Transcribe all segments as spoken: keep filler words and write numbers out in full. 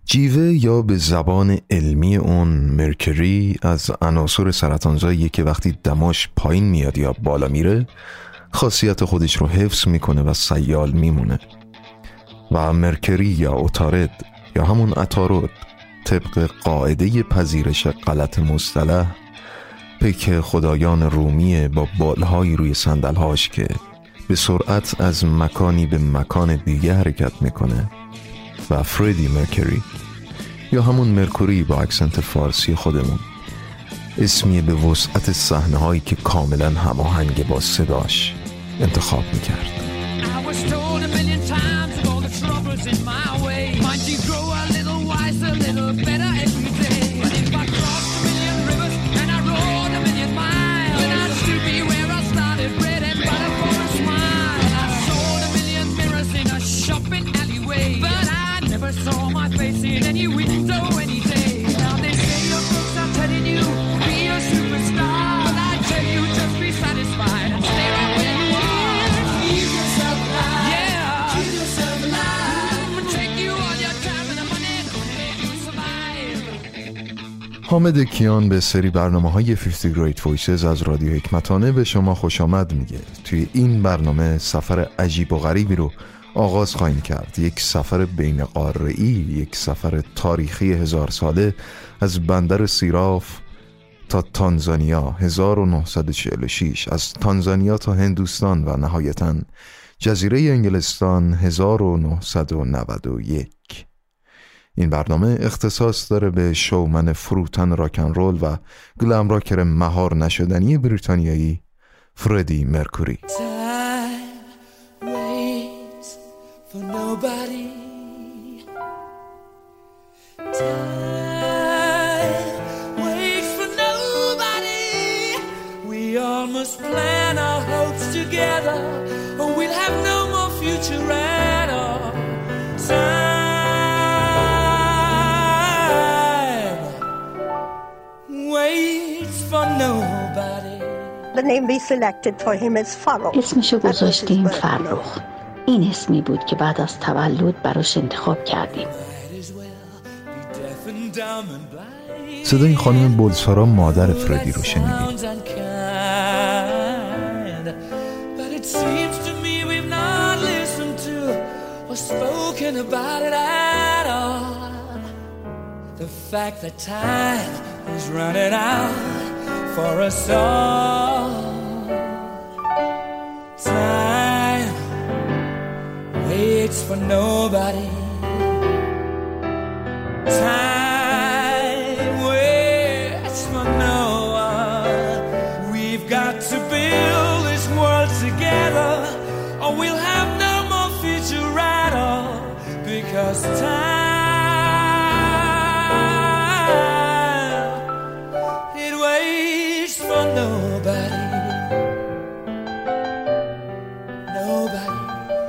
جیوه یا به زبان علمی اون مرکوری از عناصر سرطانزاییه که وقتی دماش پایین میاد یا بالا میره خاصیت خودش رو حفظ میکنه و سیال میمونه. و مرکوری یا عطارد یا همون عطارد طبق قاعده پذیرش غلط مصطلح پیک خدایان رومی با بالهایی روی صندل‌هاش که به سرعت از مکانی به مکان دیگه حرکت میکنه و فردی مرکوری یا همون مرکوری با اکسنت فارسی خودمون اسمی به وسعت صحنه هایی که کاملا هماهنگ با صداش انتخاب میکرد. حامد کیان به سری برنامه‌های پنجاه Great Voices از رادیو حکمتانه به شما خوش آمد میگه. توی این برنامه سفر عجیب و غریبی رو آغاز خواهیم کرد. یک سفر بین قاره‌ای، یک سفر تاریخی هزار ساله از بندر سیراف تا تانزانیا هزار و نهصد و چهل و شش، از تانزانیا تا هندوستان و نهایتاً جزیره انگلستان هزار و نهصد و نود و یک. این برنامه اختصاص داره به شومن فروتن راکن رول و گلم راکر مهار نشدنی بریتانیایی فردی مرکوری. The name we selected for him is Farrokh. اسمشو گذاشتیم فرخ. این اسمی بود که بعد از تولد براش انتخاب کردیم. صدای خانم بولسارا مادر فردی رو شنیدیم. The fact that time is running out for us all. Time waits for nobody. Time waits for no one. We've got to build this world together, or we'll have no more future at all. Because time Nobody, nobody.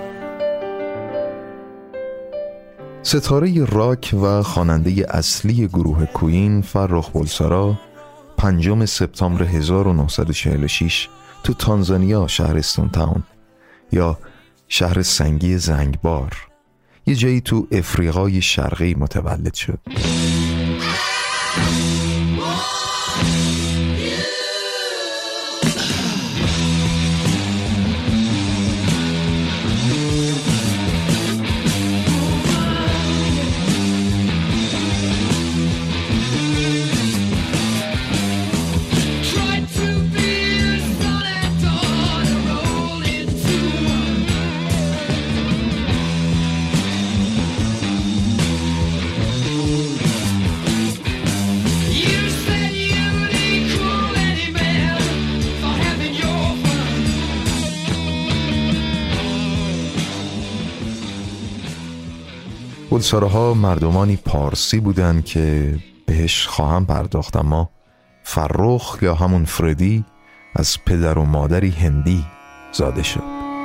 ستاره راک و خواننده اصلی گروه کوین فرخ بولسارا پنجم سپتامبر هزار و نهصد و چهل و شش تو تانزانیا شهر استون تاون یا شهر سنگی زنگبار یه جایی تو افریقای شرقی متولد شد. بولساراها مردمانی پارسی بودن که بهش خواهم پرداخت، اما فرخ یا همون فردی از پدر و مادری هندی زاده شد.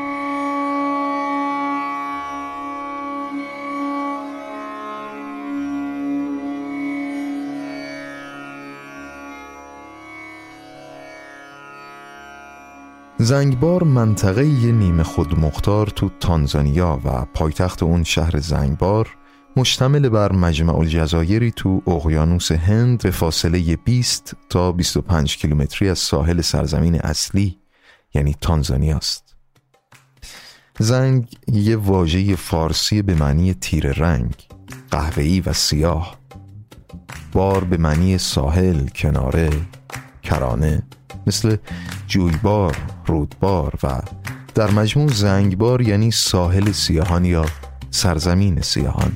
زنگبار منطقه یه نیمه خودمختار تو تانزانیا و پایتخت اون شهر زنگبار مشتمل بر مجمع الجزایری تو اقیانوس هند به فاصله بیست تا بیست و پنج کیلومتری از ساحل سرزمین اصلی یعنی تانزانیا است. زنگ یه واژه فارسی به معنی تیره رنگ، قهوه‌ای و سیاه. بار به معنی ساحل، کناره، کرانه، مثل جویبار، رودبار و در مجموع زنگبار یعنی ساحل سیاهان یا سرزمین سیاهان.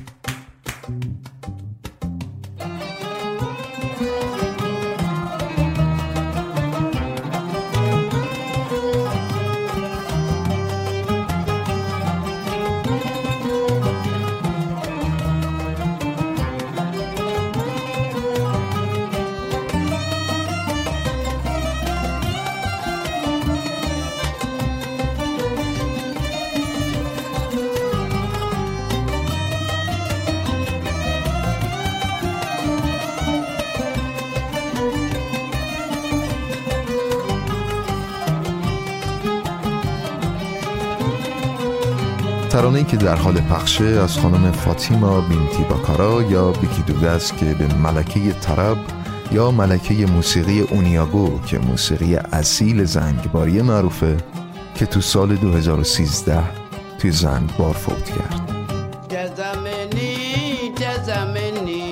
ترانه‌ای که در حال پخشه از خانم فاطیما بینتی باکارا یا بیکی دوگه است که به ملکه طرب یا ملکه موسیقی اونیاگو که موسیقی اصیل زنگباری معروفه که تو سال دو هزار و سیزده توی زنگبار فوت کرد. Tazameni, tazameni,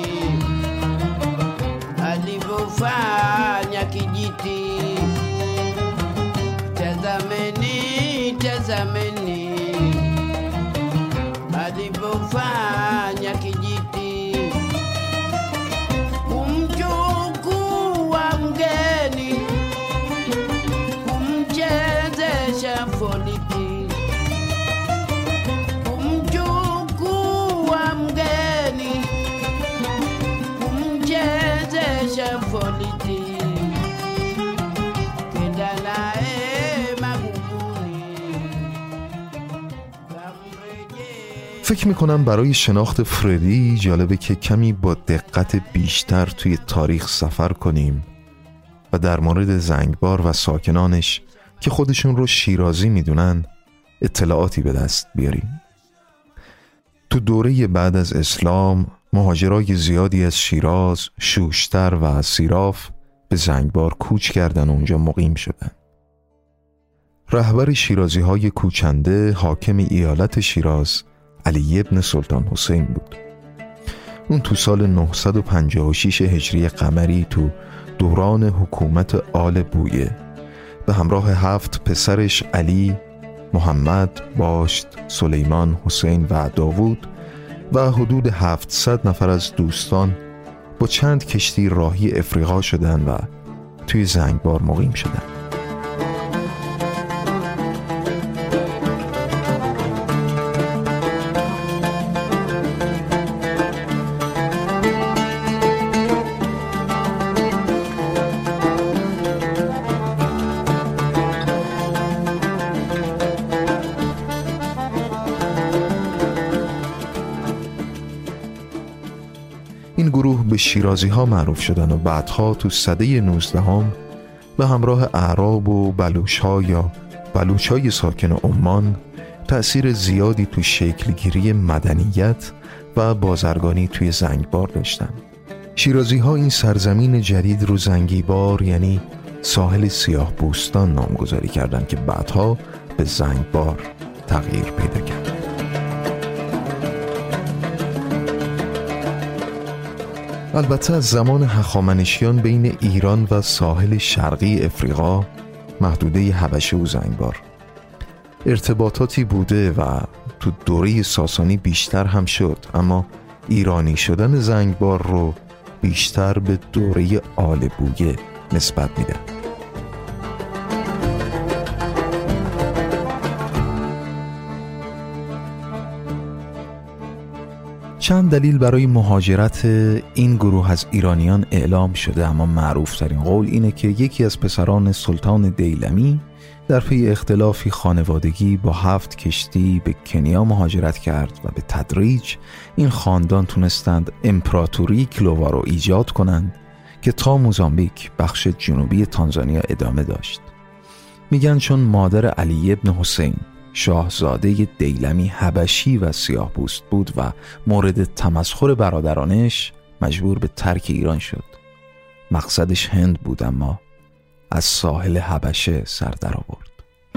alivyofanya kijiti. Tazameni, tazameni, alivyofanya kijiti. Kumchukua mgeni, kumchezesha foliki. Kumchukua mgeni, kumchezesha foliki. Kenda naye maguguni. فکر میکنم برای شناخت فردی جالبه که کمی با دقت بیشتر توی تاریخ سفر کنیم و در مورد زنگبار و ساکنانش که خودشون رو شیرازی میدونن اطلاعاتی به دست بیاریم. تو دوره بعد از اسلام مهاجرای زیادی از شیراز، شوشتر و سیراف به زنگبار کوچ کردن و اونجا مقیم شدن. رهبر شیرازی های کوچنده حاکم ایالت شیراز علی ابن سلطان حسین بود. اون تو سال نهصد و پنجاه و شش هجری قمری تو دوران حکومت آل بویه به همراه هفت پسرش علی، محمد، باشت، سلیمان، حسین و داوود و حدود هفتصد نفر از دوستان با چند کشتی راهی افریقا شدن و توی زنگبار مقیم شدن. این گروه به شیرازی ها معروف شدن و بعدها تو سده نوزدهم به همراه اعراب و بلوچ ها یا بلوچ های ساکن عمان تأثیر زیادی تو شکلگیری مدنیت و بازرگانی توی زنگبار داشتن. شیرازی ها این سرزمین جدید رو زنگیبار یعنی ساحل سیاه بوستان نامگذاری کردن که بعدها به زنگبار تغییر پیدا کرد. البته از زمان هخامنشیان بین ایران و ساحل شرقی افریقا محدوده حبشه و زنگبار ارتباطاتی بوده و تو دوره ساسانی بیشتر هم شد، اما ایرانی شدن زنگبار رو بیشتر به دوره آل بویه نسبت میده. چند دلیل برای مهاجرت این گروه از ایرانیان اعلام شده، اما معروف ترین قول اینه که یکی از پسران سلطان دیلمی در پی اختلافی خانوادگی با هفت کشتی به کنیا مهاجرت کرد و به تدریج این خاندان تونستند امپراتوری کلووا رو ایجاد کنند که تا موزامبیک بخش جنوبی تانزانیا ادامه داشت. میگن چون مادر علی ابن حسین شاهزاده دیلمی حبشی و سیاه پوست بود و مورد تمسخر برادرانش مجبور به ترک ایران شد. مقصدش هند بود اما از ساحل حبشه سر در آورد.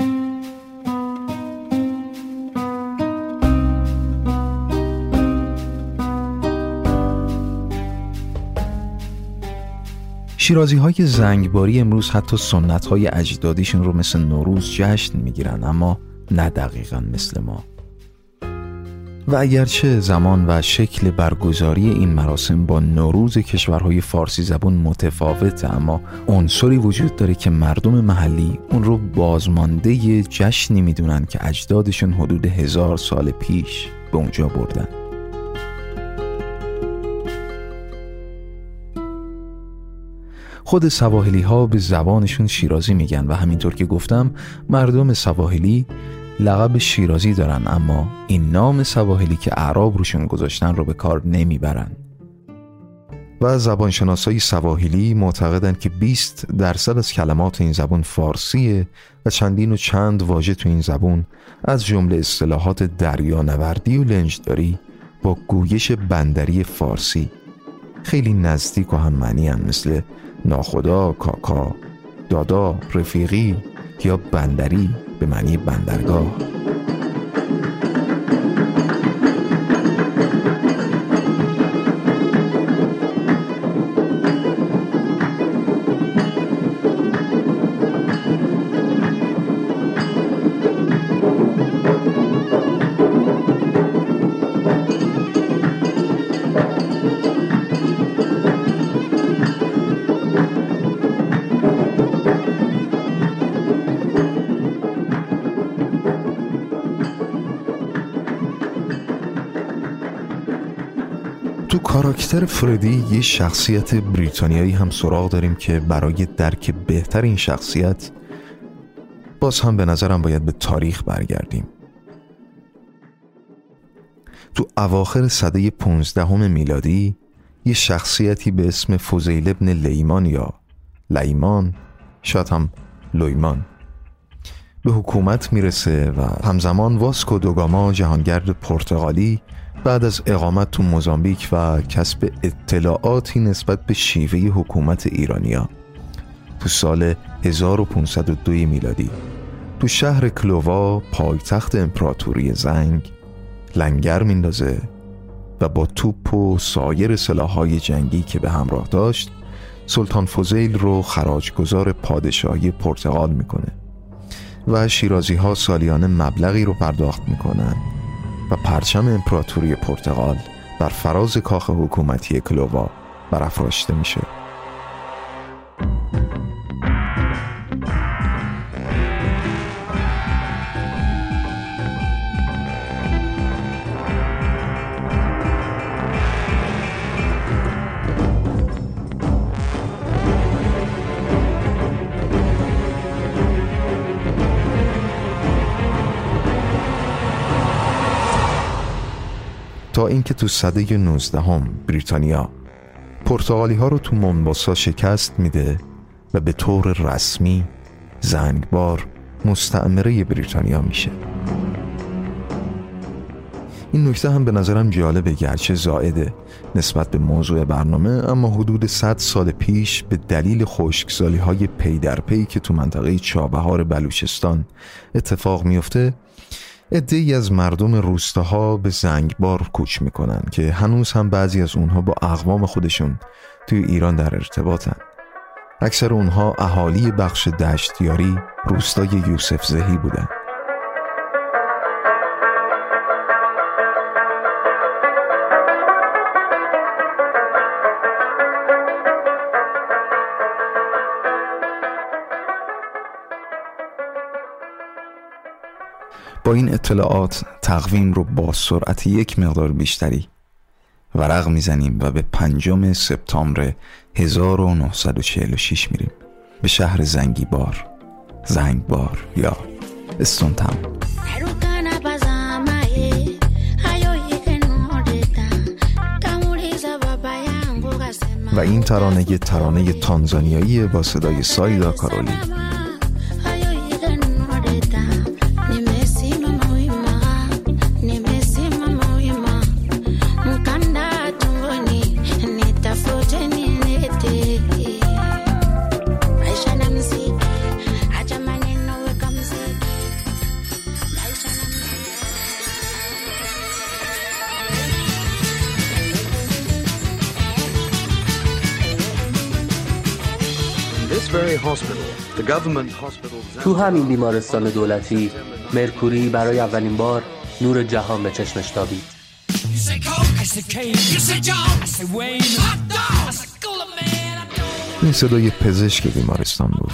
شیرازی های زنگباری امروز حتی سنت های اجدادیشون رو مثل نوروز جشن میگیرن، اما نه دقیقاً مثل ما. و اگرچه زمان و شکل برگزاری این مراسم با نوروز کشورهای فارسی زبان متفاوته، اما عنصری وجود داره که مردم محلی اون رو بازمانده جشنی میدونن که اجدادشون حدود هزار سال پیش به اونجا بردن. خود سواحلی ها به زبانشون شیرازی میگن و همینطور که گفتم مردم سواحلی لقب شیرازی دارن، اما این نام سواحلی که اعراب روشون گذاشتن رو به کار نمیبرن. و زبانشناسای سواحلی معتقدن که بیست درصد از کلمات این زبان فارسیه و چندین و چند واژه تو این زبان از جمله اصطلاحات دریانوردی و لنجداری با گویش بندری فارسی خیلی نزدیک و هم معنی هن، مثل ناخدا، کاکا، دادا، رفیقی یا بندری به معنی بندرگاه. تو کاراکتر فردی یه شخصیت بریتانیایی هم سراغ داریم که برای درک بهتر این شخصیت باز هم به نظرم باید به تاریخ برگردیم. تو اواخر سده پونزدهم میلادی یه شخصیتی به اسم فضیل ابن لیمان یا لیمان، شاید هم لویمان، به حکومت میرسه و همزمان واسکو دوگاما جهانگرد پرتغالی بعد از اقامت تو موزامبیک و کسب اطلاعاتی نسبت به شیوه حکومت ایرانیا تو سال هزار و پانصد و دو میلادی تو شهر کلووا پایتخت امپراتوری زنگ لنگر میندازه و با توپ و سایر سلاح‌های جنگی که به همراه داشت سلطان فضیل رو خراجگزار پادشاهی پرتغال میکنه و شیرازی ها سالیانه مبلغی رو پرداخت میکنن و پرچم امپراتوری پرتغال بر فراز کاخ حکومتی کلووا برافراشته میشه. تا اینکه تو سده نوزدهم بریتانیا پرتغالی ها رو تو مونباسا شکست میده و به طور رسمی زنگبار مستعمره بریتانیا میشه. این نکته هم به نظرم جالبه، گرچه زائده نسبت به موضوع برنامه، اما حدود صد سال پیش به دلیل خشکسالی های پی در پی که تو منطقه چابهار بلوچستان اتفاق میفته عده‌ای از مردم روستاها به زنگبار کوچ میکنن که هنوز هم بعضی از اونها با اقوام خودشون توی ایران در ارتباطن. اکثر اونها اهالی بخش دشتیاری روستای یوسف زهی بودن. با این اطلاعات تقویم رو با سرعت یک مقدار بیشتری ورق میزنیم و به پنجم سپتامبر هزار و نهصد و چهل و شش میریم به شهر زنگیبار، زنگبار یا استونتام. و این ترانه یه ترانه تانزانیایی با صدای سایدا کارولی. تو همین بیمارستان دولتی مرکوری برای اولین بار نور جهان به چشمش تابید. این صدای پزشک بیمارستان بود.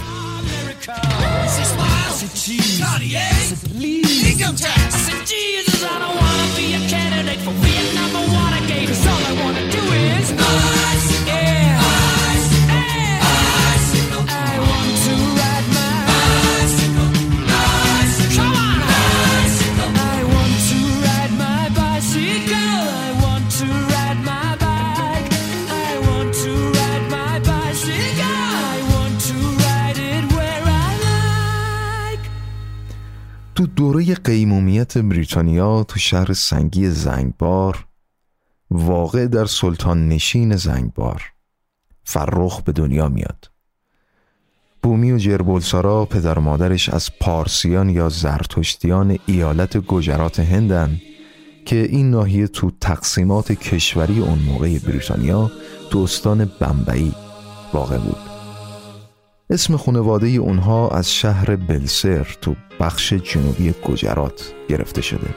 تو دوره قیمومیت بریتانیا تو شهر سنگی زنگبار، واقع در سلطان نشین زنگبار، فرخ به دنیا میاد. بومی و جربلسارا پدر و مادرش از پارسیان یا زرتشتیان ایالت گجرات هندن که این ناحیه تو تقسیمات کشوری اون موقع بریتانیا تو استان بمبئی واقع بود. اسم خانواده اونها از شهر بلسر تو بخش جنوبی گجرات گرفته شده.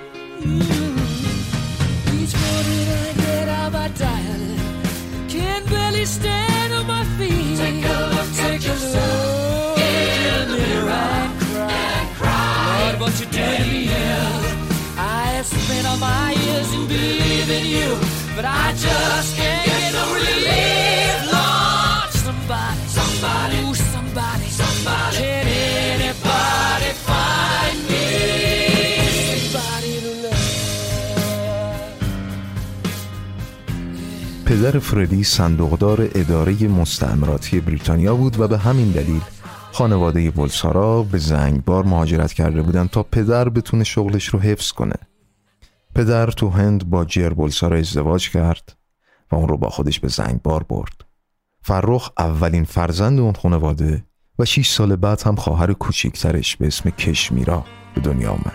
پدر فردی صندوقدار اداره مستعمراتی بریتانیا بود و به همین دلیل خانواده بولسارا به زنگبار مهاجرت کرده بودن تا پدر بتونه شغلش رو حفظ کنه. پدر تو هند با جر بولسارا ازدواج کرد و اون رو با خودش به زنگبار برد. فرخ اولین فرزند اون خانواده و شش سال بعد هم خواهر کوچیکترش به اسم کشمیرا به دنیا آمد.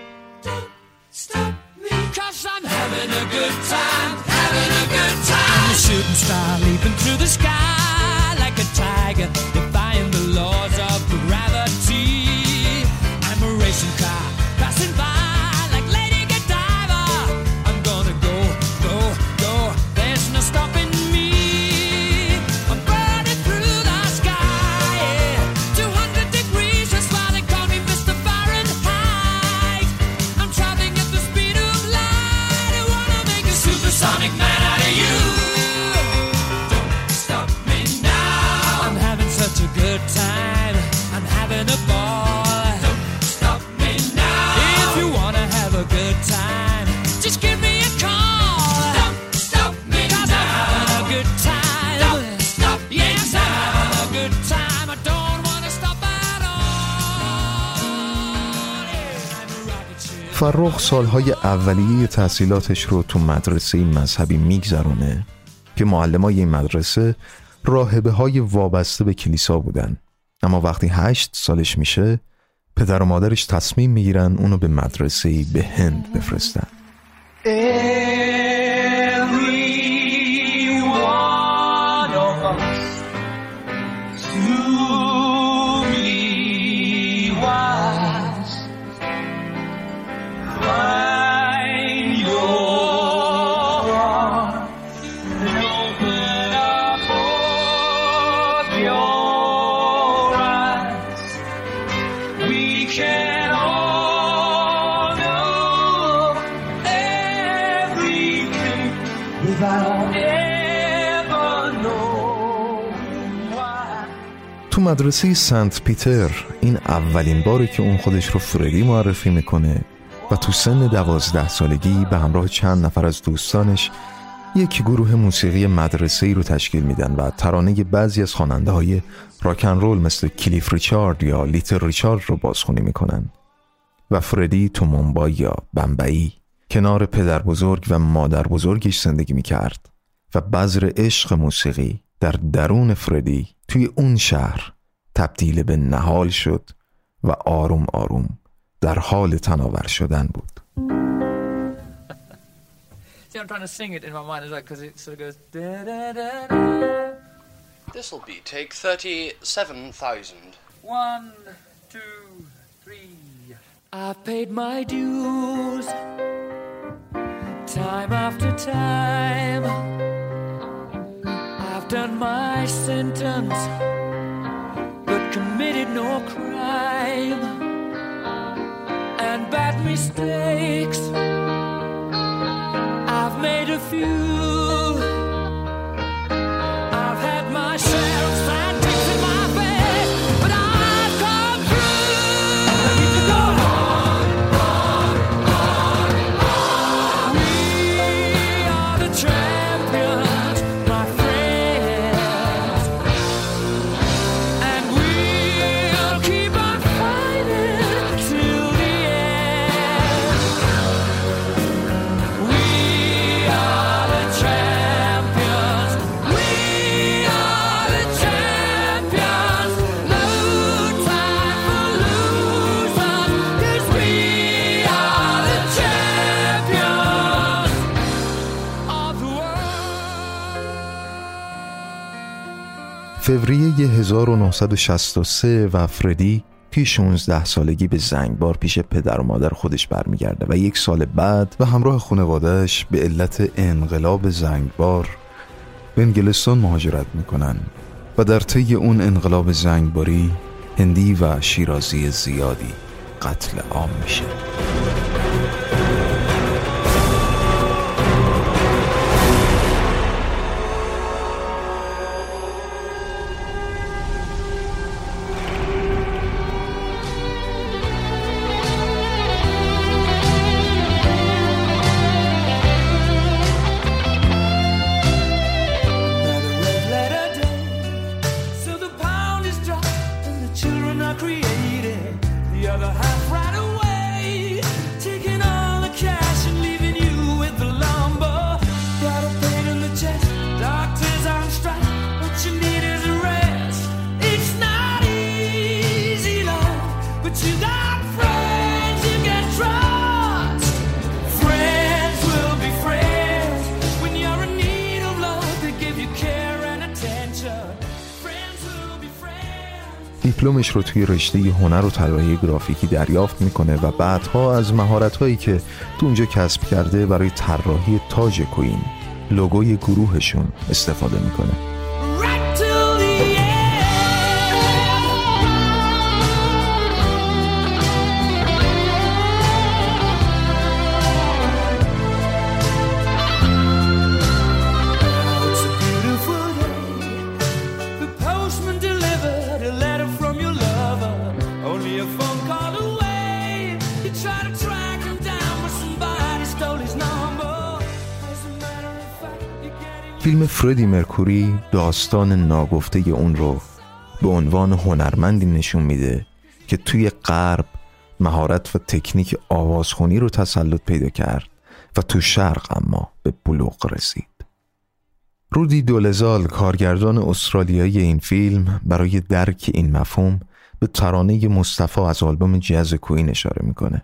Shooting star leaping through the sky like a tiger, defying the laws of gravity. I'm a racing car passing by like Lady Godiva. I'm gonna go, go, go. There's no stopping me. I'm burning through the sky, yeah. two hundred degrees, that's why they call me Mister Fahrenheit. I'm traveling at the speed of light. I wanna make a supersonic man out of you. Such a good time, I'm having a ball. Don't stop me now. If you wanna have a good time, just give me a call. Don't stop me now. 'Cause I'm having a good time. Don't stop me yes, now. I'm having a good time. I don't wanna stop at all. Yeah, I'm a rocket ship. فرخ سالهای اولیه تحصیلاتش رو تو مدرسه مذهبی میگذرونه که معلمای این مدرسه راهبه های وابسته به کلیسا بودن. اما وقتی هشت سالش میشه پدر و مادرش تصمیم میگیرن اونو به مدرسه‌ای به هند بفرستن. تو مدرسه سنت پیتر این اولین باره که اون خودش رو فردی معرفی میکنه و تو سن دوازده سالگی به همراه چند نفر از دوستانش یک گروه موسیقی مدرسه‌ای رو تشکیل میدن و ترانه بعضی از خواننده های راکن رول مثل کلیف ریچارد یا لیتل ریچارد رو بازخوانی میکنن و فردی تو مومبای یا بمبئی کنار پدر بزرگ و مادر بزرگش زندگی میکرد و بذر عشق موسیقی در درون فردی توی اون شهر تبدیل به نهال شد و آروم آروم در حال تناور شدن بود. See, I'm trying to sing it in my mind as well because it sort of goes da da da da This'll be take thirty-seven thousand. One, two, three. I've paid my dues, time after time. I've done my sentence, but committed no crime. And bad mistakes, I've made a few. I've had my share of sad dicks in my bed, but I've come through. I need to go on, on, on, on. We are the champions, my friends, and we'll keep on fighting till the end. We are the champions. We are the champions. No time for losers, 'cause we are the champions of the world. فوریه هزار و نهصد و شصت و سه و فردی توی شانزده سالگی به زنگبار پیش پدر و مادر خودش برمیگرده و یک سال بعد و همراه خانوادهش به علت انقلاب زنگبار به انگلستان مهاجرت میکنن و در طی اون انقلاب زنگباری هندی و شیرازی زیادی قتل عام میشه. So the pound is dropped and the children are created. The other half right away, taking all the cash and leaving you with the lumber. Got a pain in the chest, doctors on strike. What you need is a rest. It's not easy, love, but you got friends you can trust. Friends will be friends when you're in need of love. They give you care and attention. Friends will be friends. دیپلمش رو توی رشته هنر و طراحی گرافیکی دریافت میکنه و بعدها از مهارت‌هایی که تو اونجا کسب کرده برای طراحی تاج کوین، لوگوی گروهشون، استفاده میکنه. Right till the end. It's a beautiful day. The postman delivered a letter from your lover. Only a phone call away. You try to track him down, but somebody stole his number. As a matter of fact, you're getting. فیلم فردی مرکوری داستان ناگفته اون رو به عنوان هنرمندی نشون میده که توی غرب مهارت و تکنیک آوازخونی رو تسلط پیدا کرد و تو شرق اما به بلوغ رسید. رودی دولزال، کارگردان استرالیایی این فیلم، برای درک این مفهوم به ترانه مصطفی از آلبوم جاز کوین اشاره میکنه.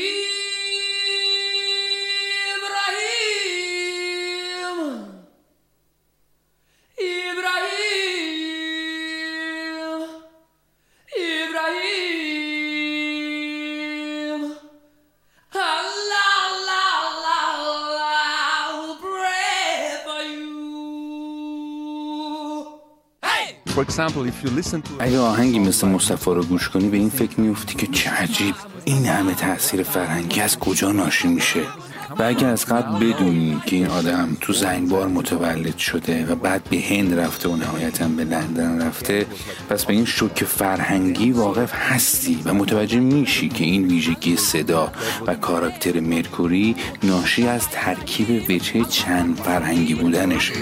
Ibrahim, Ibrahim, Allah, Allah, Allah, Allah, will pray for you. Hey! For example, if you listen to اگه آهنگی مثل مصطفی رو گوش کنی به این فکر میفتی که چه عجیب، این همه تاثیر فرهنگی از کجا ناشی میشه؟ و اگه از قبل بدونی که این آدم تو زنگبار متولد شده و بعد به هند رفته و نهایتاً به لندن رفته، پس به این شوک فرهنگی واقف هستی و متوجه میشی که این ویژگی صدا و کاراکتر مرکوری ناشی از ترکیب وجه چند فرهنگی بودنشه.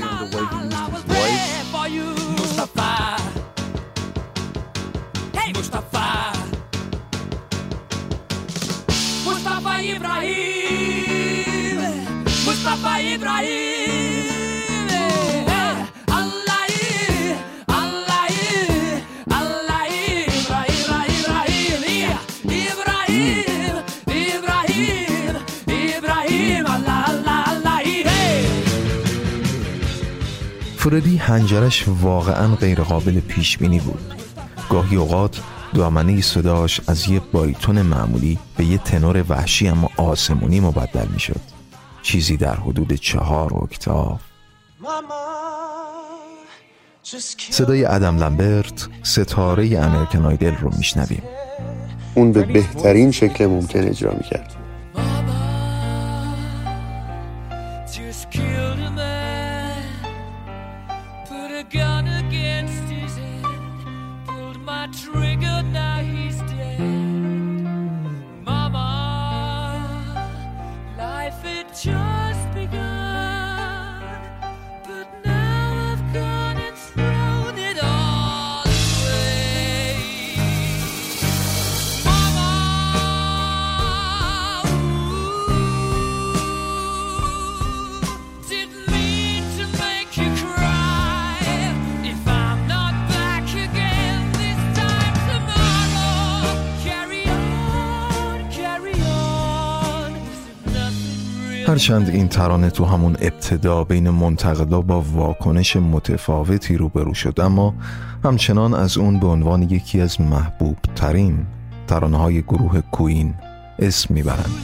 Mustafa Ibrahim, Allah, Allah, Allah, Ibrahim, Ibrahim, Ibrahim, Ibrahim, Allah, Allah, Allah, hey. فردی هنجرش واقعا غیر قابل پیش بینی بود. گاهی اوقات دامنه صداش از یه باریتون معمولی به یه تنور وحشی اما آسمونی مبدل می شد. چیزی در حدود چهار اکتاف. صدای ادم لمبرت، ستاره امریکن آیدل رو میشنویم. اون به بهترین شکل ممکن اجرا میکرد. هرچند این ترانه تو همون ابتدا بین منتقدا با واکنش متفاوتی روبرو شد، اما همچنان از اون به عنوان یکی از محبوب ترین ترانه های گروه کوین اسم میبرند.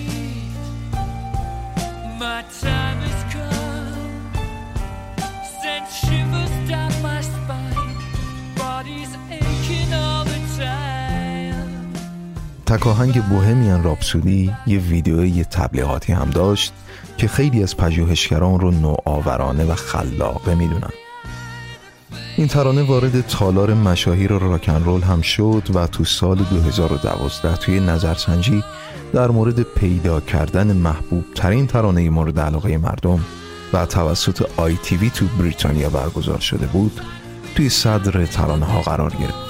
تکاهنگ بوهمیان راپسودی یه ویدیوی تبلیغاتی هم داشت که خیلی از پژوهشگران رو نوآورانه و خلاقه میدونن. این ترانه وارد تالار مشاهیر راکن رول هم شد و تو سال دو هزار و دوازده توی نظرسنجی در مورد پیدا کردن محبوب ترین ترانه مورد علاقه مردم و توسط آی تی وی تو بریتانیا برگزار شده بود توی صدر ترانه ها قرار گرفت.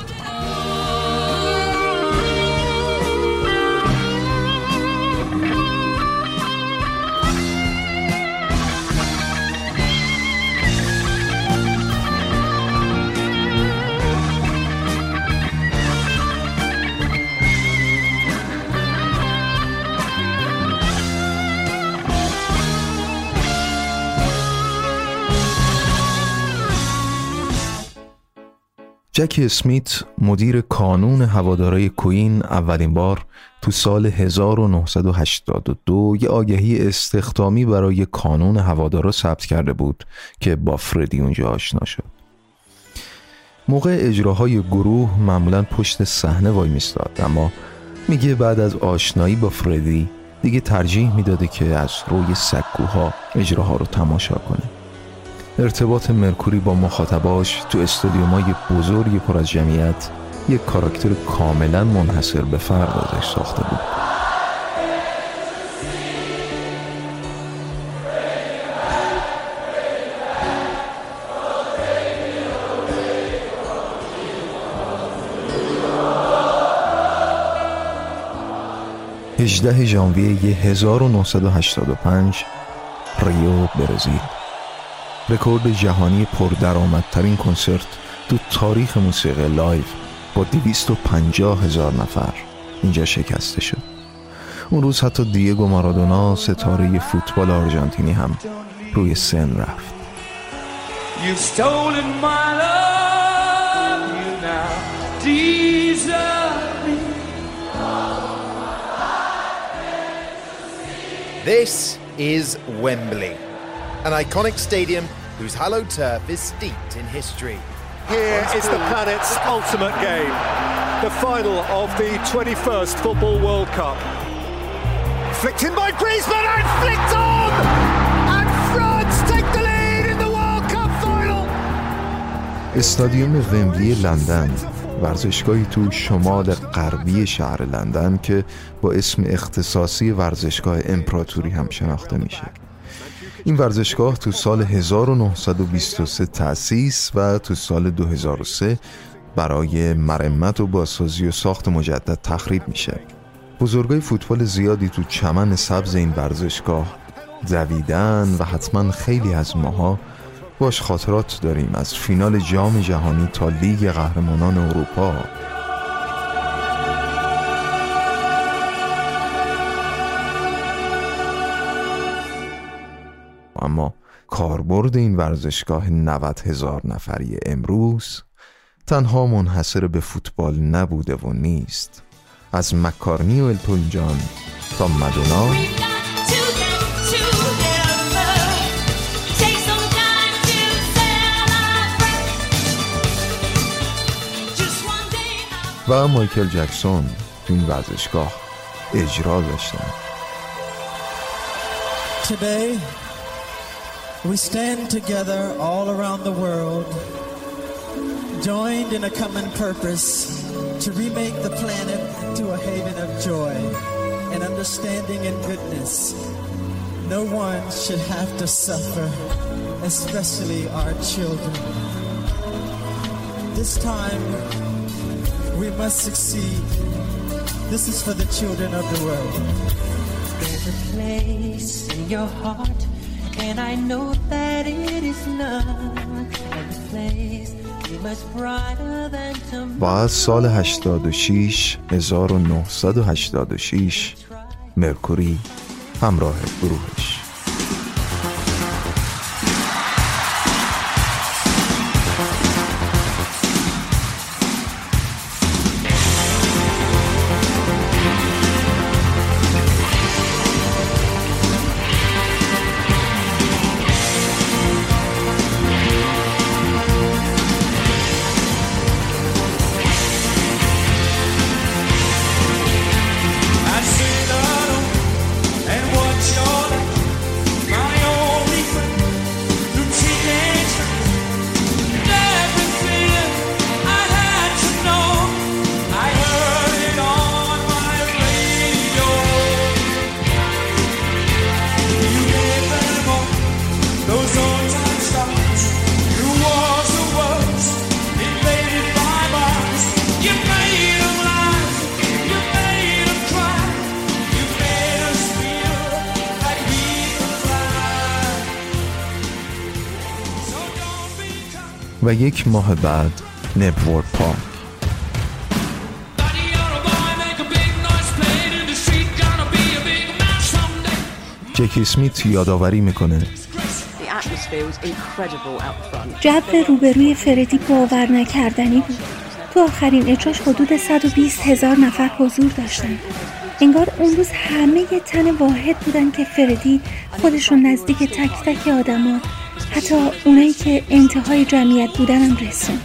جک اسمیت، مدیر کانون هوادارهای کوین، اولین بار تو سال هزار و نهصد و هشتاد و دو یه آگهی استخدامی برای کانون هوادارا ثبت کرده بود که با فردی اونجا آشنا شد. موقع اجراهای گروه معمولاً پشت صحنه وای میستاد، اما میگه بعد از آشنایی با فردی دیگه ترجیح میداده که از روی سکوها اجراها رو تماشا کنه. ارتباط مرکوری با مخاطباش تو استادیومای بزرگی پر از جمعیت یک کاراکتر کاملا منحصر به فرد ازش ساخته بود. هجدهم ژانویه هزار و نهصد و هشتاد و پنج، ریو، برزیل. رکورد جهانی پردرآمدترین کنسرت تو تاریخ موسیقی لایو با دویست و پنجاه هزار نفر اینجا شکسته شد. اون روز حتی دیگو مارادونا، ستاره فوتبال آرژانتینی هم روی سن رفت. This is Wembley, an iconic stadium whose hallowed turf is steeped in history. Here is the planet's ultimate game, the final of the twenty-first Football World Cup. Flicked in by Griezmann and flicked on! And France take the lead in the World Cup final! استادیوم ومبلی لندن، ورزشگاهی تو شمال غربی شهر لندن که با اسم اختصاصی ورزشگاه امپراتوری هم شناخته میشه. این ورزشگاه تو سال هزار و نهصد و بیست و سه تأسیس و تو سال دو هزار و سه برای مرمت و بازسازی و ساخت مجدد تخریب میشه. بزرگای فوتبال زیادی تو چمن سبز این ورزشگاه دویدن و حتما خیلی از ماها باش خاطرات داریم، از فینال جام جهانی تا لیگ قهرمانان اروپا. اما کاربرد این ورزشگاه نود هزار نفری امروز تنها منحصر به فوتبال نبوده و نیست. از مکارنی و التون جان تا مادونا، و مایکل جکسون تو این ورزشگاه اجرا داشتن. Today we stand together all around the world, joined in a common purpose to remake the planet into a haven of joy and understanding and goodness. No one should have to suffer, especially our children. This time we must succeed. This is for the children of the world. There's a place in your heart, and I know that it is none. And the place is much brighter than tomorrow. و از سال هشتاد و شش هزار و نهصد و هشتاد و شش مرکوری همراه گروهش. و یک ماه بعد نبورد پارک. جکی اسمیت یادآوری میکنه جو روبروی فردی باور نکردنی بود. تو آخرین اجراش حدود صد و بیست هزار نفر حضور داشتن. انگار اون روز همه یه تن واحد بودن که فردی خودشون نزدیک تک تک آدما، حتی اونایی که انتهای جمعیت بودن هم رسون.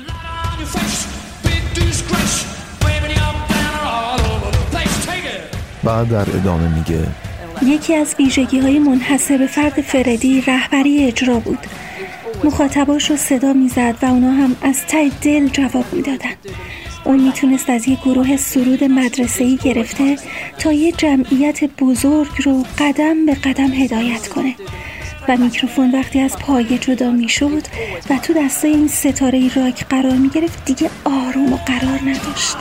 بعد در ادامه میگه یکی از ویژگی‌های منحصر به فرد فردی رهبری اجرا بود. مخاطباش رو صدا میزد و اونا هم از ته دل جواب میدادن. اون میتونست از یه گروه سرود مدرسه‌ای گرفته تا یه جمعیت بزرگ رو قدم به قدم هدایت کنه و میکروفون وقتی از پایه جدا میشد و تو دستای این ستاره راک قرار میگرفت دیگه آروم و قرار نداشت.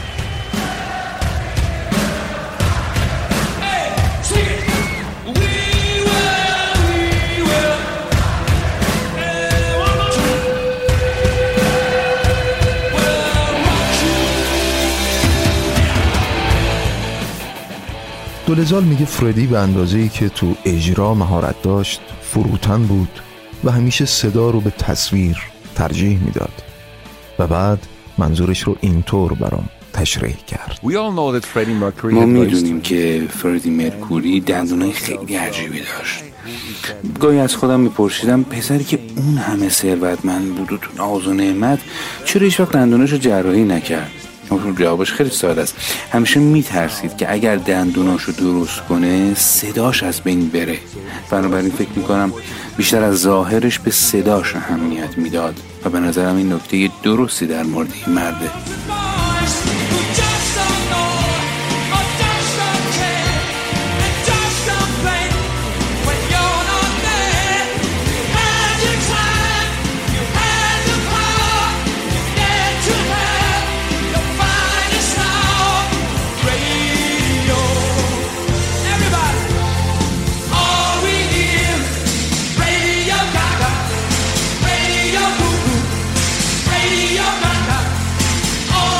دولزال میگه فردی به اندازه‌ای که تو اجرا مهارت داشت فروتن بود و همیشه صدا رو به تصویر ترجیح میداد و بعد منظورش رو اینطور برام تشریح کرد. ما میدونیم که فردی مرکوری دندونای خیلی عجیبی داشت. گاهی از خودم میپرسیدم پسری که اون همه ثروتمند بود و تو ناز و نعمت چرا هیچ وقت دندوناشو جراحی نکرد؟ جوابش خیلی ساده است. همیشه میترسید که اگر دندوناشو درست کنه صداش از بین بره. بنابراین فکر میکنم بیشتر از ظاهرش به صداش اهمیت میداد و به نظرم این نکته درستی در مورد این مرده. Oh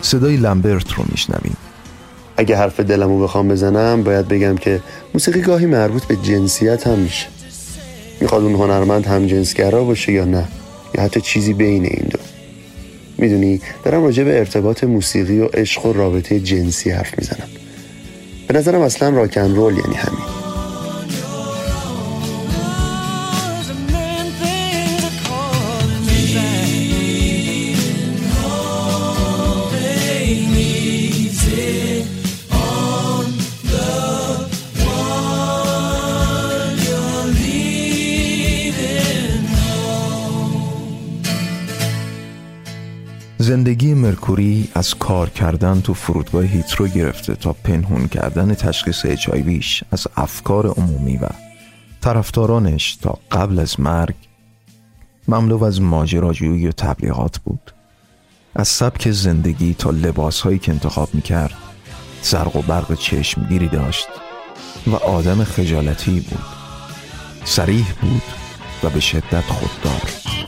صدای لمبرت رو میشنویم. اگه حرف دلمو بخوام بزنم باید بگم که موسیقی گاهی مربوط به جنسیت هم میشه. میخواد اون هنرمند هم جنسگرا باشه یا نه، یا حتی چیزی بین این دو. میدونی دارم راجع به ارتباط موسیقی و عشق و رابطه جنسی حرف میزنم. به نظرم اصلا راکن رول یعنی همین. زندگی مرکوری از کار کردن تو فرودگاه هیترو گرفته تا پنهون کردن تشخیص اچ آی ویش از افکار عمومی و طرفدارانش تا قبل از مرگ مملو از ماجراجویی و تبلیغات بود. از سبک زندگی تا لباسهایی که انتخاب میکرد زرق و برق چشمگیری داشت و آدم خجالتی بود. صریح بود و به شدت خوددار.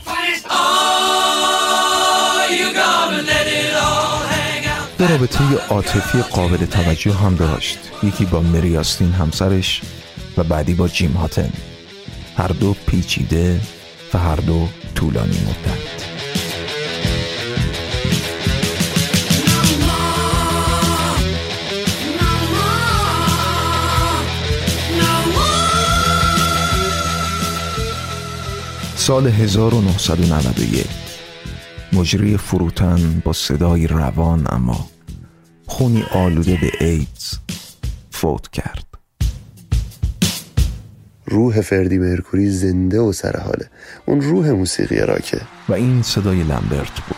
دو رابطه عاطفی قابل توجه هم داشت، یکی با مری آستین همسرش و بعدی با جیم هاتن. هر دو پیچیده و هر دو طولانی مدت. سال هزار و نهصد و نود و یک مجری فروتن با صدای روان اما خونی آلوده به ایدز فوت کرد. روح فردی مرکوری زنده و سرحاله. اون روح موسیقی راکه. و این صدای لمبرت بود.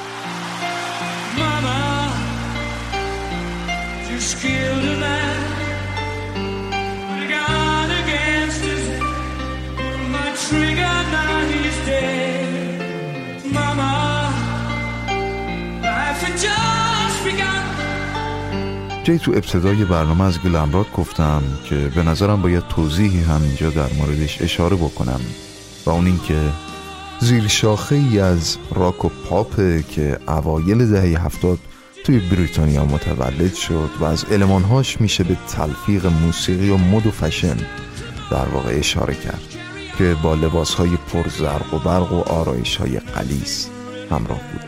جایی تو ابتدای برنامه از گلم راک گفتم که به نظرم باید توضیحی هم اینجا در موردش اشاره بکنم و اون این که زیر شاخه ای از راک و پاپ که اوایل دهه هفتاد توی بریتانیا متولد شد و از المانهاش میشه به تلفیق موسیقی و مد و فشن در واقع اشاره کرد که با لباسهای پر زرق و برق و آرایش‌های غلیظ همراه بود.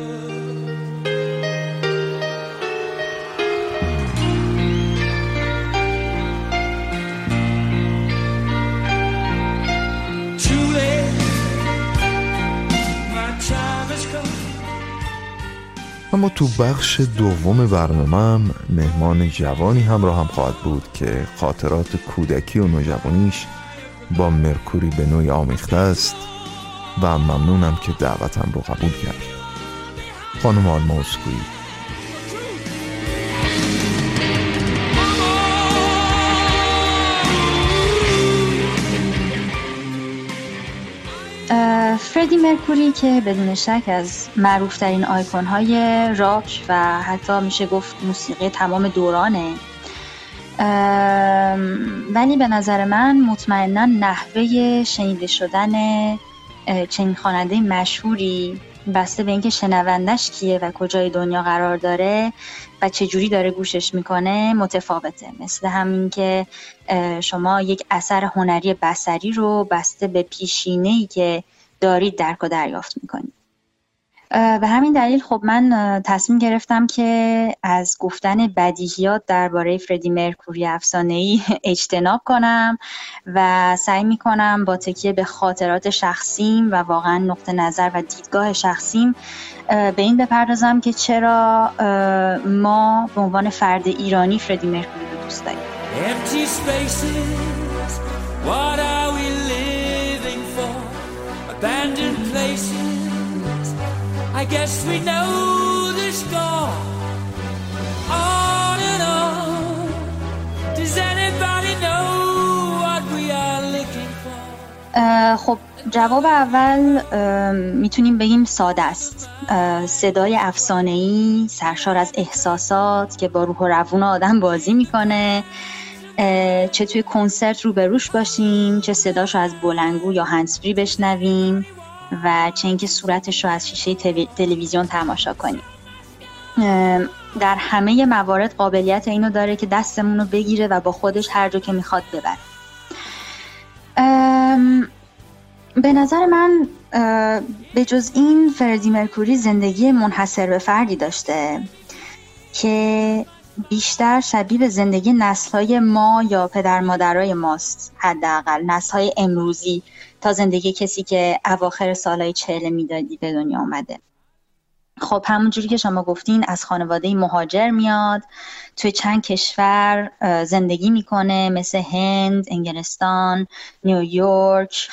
اما تو بخش دوم برنامه‌ام مهمان جوانی همراه هم خواهد بود که خاطرات کودکی و نوجوانیش با مرکوری به نوعی آمیخته است و ممنونم که دعوتم رو قبول کرد. خانم آلما اسکویی. فردی مرکوری که بدون شک از معروفترین آیکون‌های راک و حتی میشه گفت موسیقی تمام دورانه، ولی به نظر من مطمئنا نحوه شنیده شدن چنین خواننده مشهوری بسته به اینکه شنوندش کیه و کجای دنیا قرار داره و چه جوری داره گوشش میکنه متفاوته. مثل همین که شما یک اثر هنری بصری رو بسته به پیشینه‌ای که دارید درک و دریافت میکنید. به همین دلیل خب من تصمیم گرفتم که از گفتن بدیهیات درباره فردی مرکوری افسانه‌ای اجتناب کنم و سعی میکنم با تکیه به خاطرات شخصیم و واقعا نقطه نظر و دیدگاه شخصیم به این بپردازم که چرا ما به عنوان فرد ایرانی فردی مرکوری رو دوست داریم. Empty spaces, what are we living for? Abandoned places, I guess we know the score. On and on, does anybody know what we are looking for? خب جواب اول میتونیم بگیم ساده است. صدای افسانه‌ای سرشار از احساسات که با روح و روان آدم بازی میکنه، چه توی کنسرت رو بروش باشیم، چه صداشو از بلندگو یا هندزفری بشنویم و چه اینکه صورتشو از شیشه تلویزیون تماشا کنیم. در همه موارد قابلیت اینو داره که دستمون رو بگیره و با خودش هر جا که میخواد ببره. به نظر من به جز این فردی مرکوری زندگی منحصر به فردی داشته که بیشتر شبیه به زندگی نسل‌های ما یا پدر مادرای ماست، حداقل نسل‌های امروزی، تا زندگی کسی که اواخر سالهای چهل میلادی به دنیا آمده. خب همونجوری که شما گفتین از خانواده مهاجر میاد، توی چند کشور زندگی میکنه مثل هند، انگلستان، نیویورک،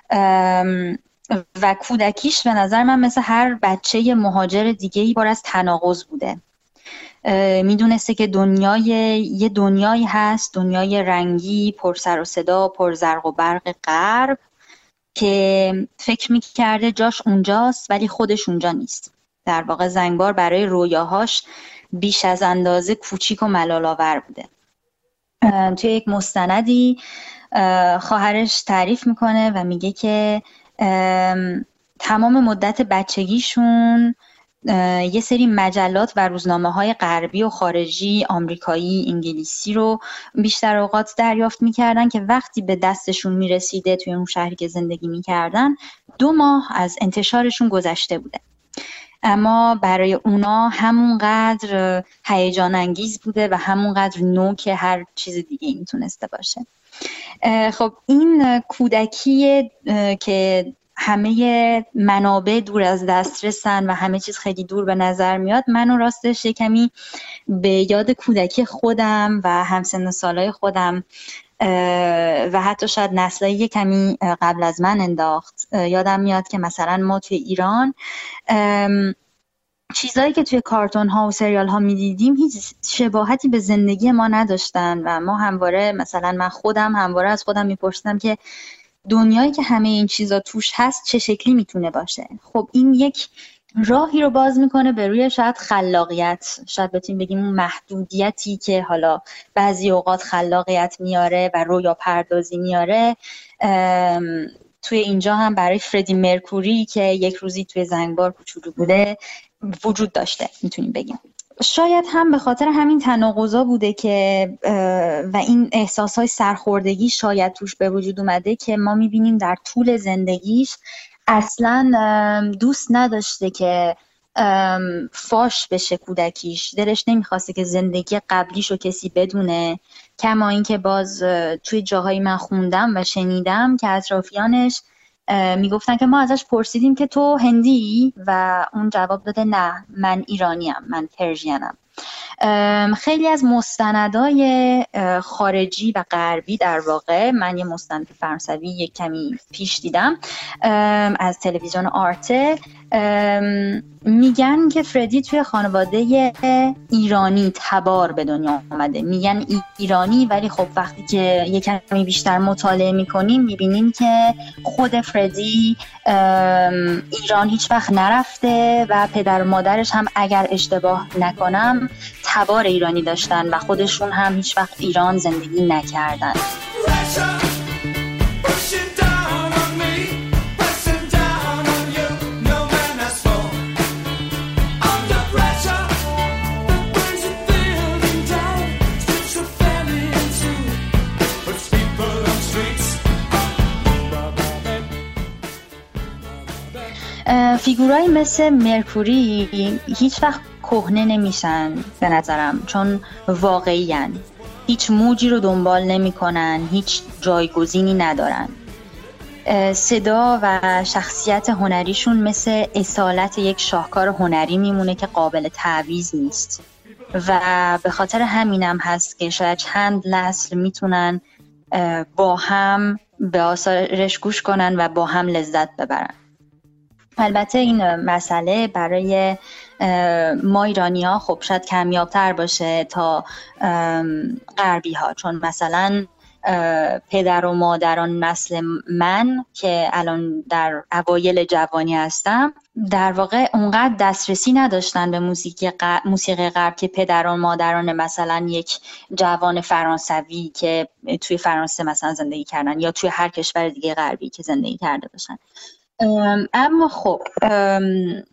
و کودکیش به نظر من مثل هر بچه مهاجر دیگه‌ای پر از تناقض بوده. میدونسته که دنیای یه دنیایی هست، دنیای رنگی، پر سر و صدا، پر زرق و برق غرب، که فکر میکرده جاش اونجاست ولی خودش اونجا نیست. در واقع زنگبار برای رویاهاش بیش از اندازه کوچیک و ملال‌آور بوده. توی یک مستندی خواهرش تعریف میکنه و میگه که تمام مدت بچگیشون یه سری مجلات و روزنامه‌های غربی و خارجی، آمریکایی، انگلیسی رو بیشتر اوقات دریافت می‌کردن که وقتی به دستشون می‌رسیده توی اون شهری که زندگی می‌کردن دو ماه از انتشارشون گذشته بوده. اما برای اونا همونقدر هیجان انگیز بوده و همونقدر نو که هر چیز دیگه میتونسته باشه. خب این کودکی که همه منابع دور از دسترسن و همه چیز خیلی دور به نظر میاد، منو راستش کمی به یاد کودکی خودم و همسن و سالای خودم و حتی شاید نسلای کمی قبل از من انداخت. یادم میاد که مثلا ما توی ایران چیزایی که توی کارتون ها و سریال ها میدیدیم هیچ شباهتی به زندگی ما نداشتن و ما همواره، مثلا من خودم همواره از خودم میپرسیدم که دنیایی که همه این چیزا توش هست چه شکلی میتونه باشه. خب این یک راهی رو باز میکنه به روی شاید خلاقیت، شاید بتونیم بگیم اون محدودیتی که حالا بعضی اوقات خلاقیت میاره و رویا پردازی میاره. توی اینجا هم برای فردی مرکوری که یک روزی توی زنگبار کوچولو بوده وجود داشته، میتونیم بگیم. شاید هم به خاطر همین تناقضا بوده که و این احساسهای سرخوردگی شاید توش به وجود اومده که ما میبینیم در طول زندگیش اصلا دوست نداشته که فاش بشه کودکیش، دلش نمیخواسته که زندگی قبلیشو کسی بدونه. کما این که باز توی جاهایی من خوندم و شنیدم که اطرافیانش میگفتن که ما ازش پرسیدیم که تو هندی؟ و اون جواب داده نه، من ایرانیم، من پرژینم. خیلی از مستندای خارجی و غربی، در واقع من یه مستند فرانسوی یک کمی پیش دیدم از تلویزیون آرته، میگن که فردی توی خانواده ایرانی تبار به دنیا آمده. میگن ایرانی، ولی خب وقتی که یک کمی بیشتر مطالعه میکنیم میبینیم که خود فردی ایران هیچ وقت نرفته و پدر و مادرش هم اگر اشتباه نکنم تبار ایرانی داشتن و خودشون هم هیچ وقت ایران زندگی نکردن. فیگورایی مثل مرکوری هیچ وقت کهنه نمیشن به نظرم، چون واقعی هن. هیچ موجی رو دنبال نمی کنن، هیچ جایگزینی ندارن. صدا و شخصیت هنریشون مثل اصالت یک شاهکار هنری میمونه که قابل تعویض نیست و به خاطر همینم هست که شاید چند نسل میتونن با هم به آثارش گوش کنن و با هم لذت ببرن. البته این مسئله برای ما ایرانی ها خب شاید کمیابتر باشه تا غربی ها، چون مثلا پدر و مادران نسل من که الان در اوایل جوانی هستم در واقع اونقدر دسترسی نداشتن به موسیقی غرب، موسیقی غرب که پدر و مادران مثلا یک جوان فرانسوی که توی فرانسه مثلا زندگی کردن یا توی هر کشور دیگه غربی که زندگی کرده باشن. اما خب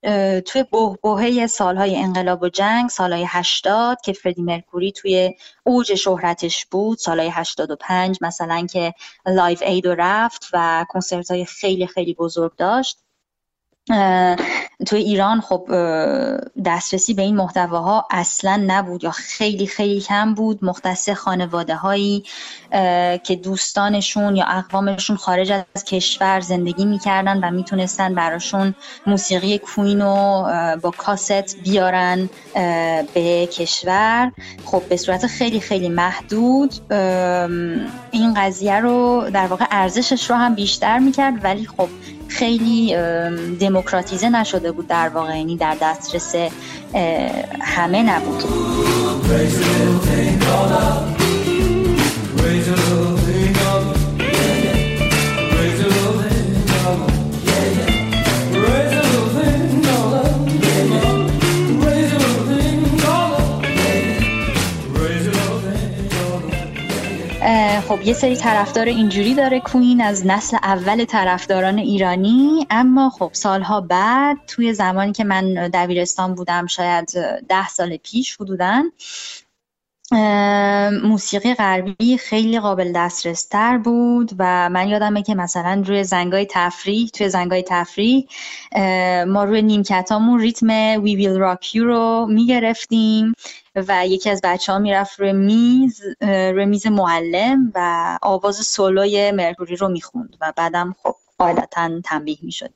توی بحبوحه سالهای انقلاب و جنگ، سالهای هشتاد که فردی مرکوری توی اوج شهرتش بود، سالهای هشتاد و پنج مثلا که لایو اید رو رفت و کنسرت های خیلی خیلی بزرگ داشت. توی ایران خب دسترسی به این محتواها اصلا نبود یا خیلی خیلی کم بود. مختص خانواده هایی که دوستانشون یا اقوامشون خارج از کشور زندگی میکردن و میتونستن براشون موسیقی کوین رو با کاست بیارن به کشور، خب به صورت خیلی خیلی محدود این قضیه رو در واقع ارزشش رو هم بیشتر میکرد، ولی خب خیلی دموکراتیزه نشده بود در واقع، یعنی در دسترس همه نبود. خب یه سری طرفدار اینجوری داره کوین از نسل اول طرفداران ایرانی، اما خب سالها بعد توی زمانی که من دبیرستان بودم، شاید ده سال پیش حدوداً، موسیقی غربی خیلی قابل دسترس تر بود و من یادمه که مثلا روی زنگای تفریح توی زنگای تفریح ما روی نیمکتامون ریتم We Will Rock You رو میگرفتیم و یکی از بچه ها میرفت روی میز روی میز معلم و آواز سولوی مرکوری رو میخوند و بعدم خب قاعدتاً تنبیه میشد.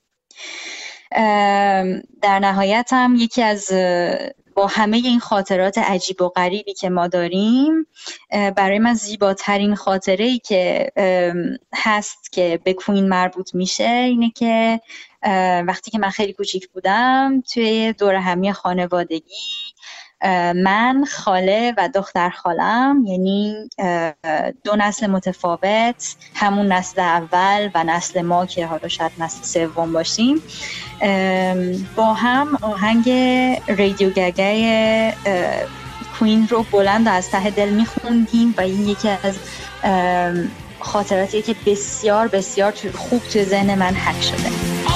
در نهایت هم یکی از با همه این خاطرات عجیب و غریبی که ما داریم، برای من زیباترین خاطره‌ای که هست که به کوین مربوط میشه اینه که وقتی که من خیلی کوچیک بودم توی دور همی خانوادگی، من، خاله و دختر خالم، یعنی دو نسل متفاوت، همون نسل اول و نسل ما که حالا شاید نسل سوم باشیم، با هم آهنگ رادیو گگای کوین رو بلند و از ته دل میخوندیم و این یکی از خاطراتیه که بسیار بسیار خوب توی ذهن من حک شده.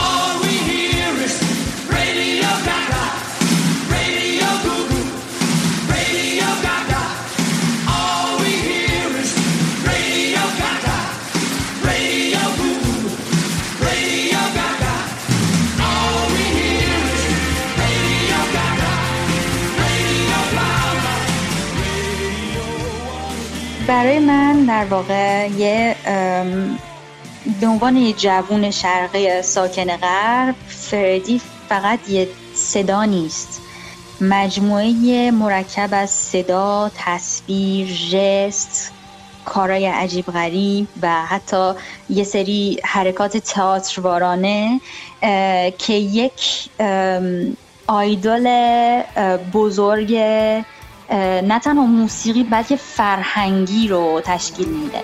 برای من در واقع یه به عنوان یه جوون شرقی ساکن غرب، فردی فقط یه صدا نیست، مجموعه مرکب از صدا، تصویر، ژست، کارهای عجیب غریب و حتی یه سری حرکات تئاتروارانه که یک آیدول بزرگ نه تنها موسیقی بلکه فرهنگی رو تشکیل میده.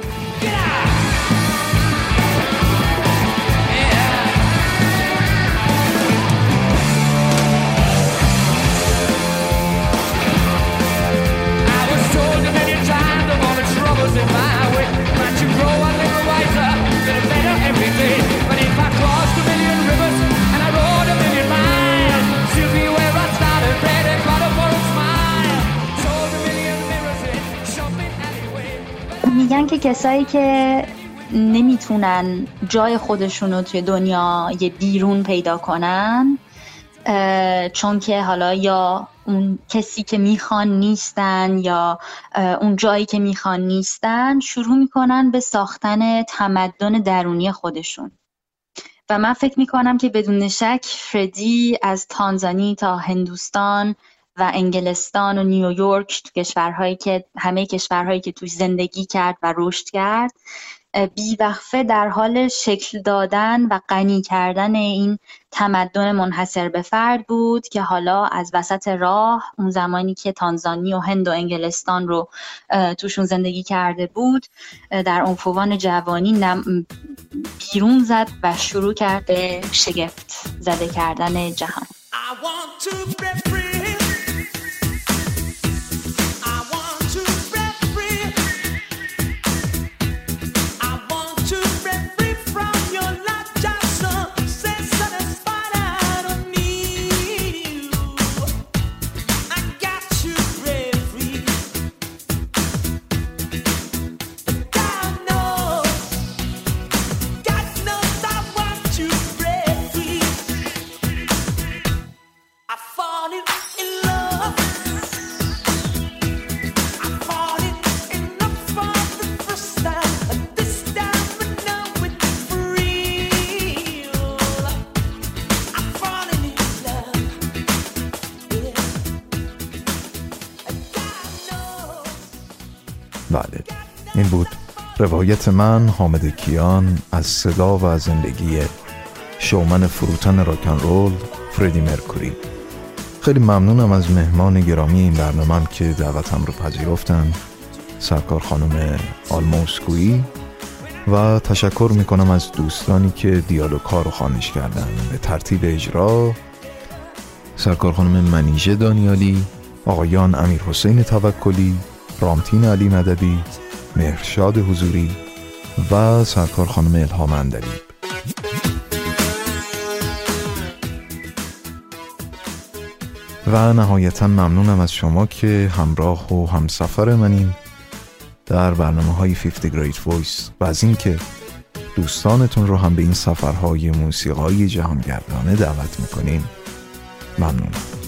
میگن که کسایی که نمیتونن جای خودشون رو توی دنیا یه بیرون پیدا کنن، چون که حالا یا اون کسی که میخوان نیستن یا اون جایی که میخوان نیستن، شروع میکنن به ساختن تمدن درونی خودشون. و من فکر میکنم که بدون شک فردی از تانزانی تا هندوستان و انگلستان و نیویورک، تو کشورهایی که همه کشورهایی که توش زندگی کرد و رشد کرد، بیوقفه در حال شکل دادن و غنی کردن این تمدن منحصر به فرد بود که حالا از وسط راه، اون زمانی که تانزانی و هند و انگلستان رو توشون زندگی کرده بود، در عنفوان جوانی بیرون زد و شروع کرد به شگفت زده کردن جهان. این بود روایت من حامد کیان از صدا و زندگی شومن فروتن راکن رول فردی مرکوری. خیلی ممنونم از مهمان گرامی این برنامه که دعوتم رو پذیرفتن، سرکار خانم آلموسکویی، و تشکر میکنم از دوستانی که دیالوگ ها رو خوانش کردن به ترتیب اجرا: سرکار خانم منیژه دانیالی، آقایان امیر حسین توکلی، رامتین علی مددی، مهرشاد حضوری و سرکار خانم الهام اندلیب. و نهایتا ممنونم از شما که همراه و همسفر منین در برنامه های فیفتی Great Voice و از این که دوستانتون رو هم به این سفرهای موسیقایی جهانگردانه دعوت میکنین. ممنونم.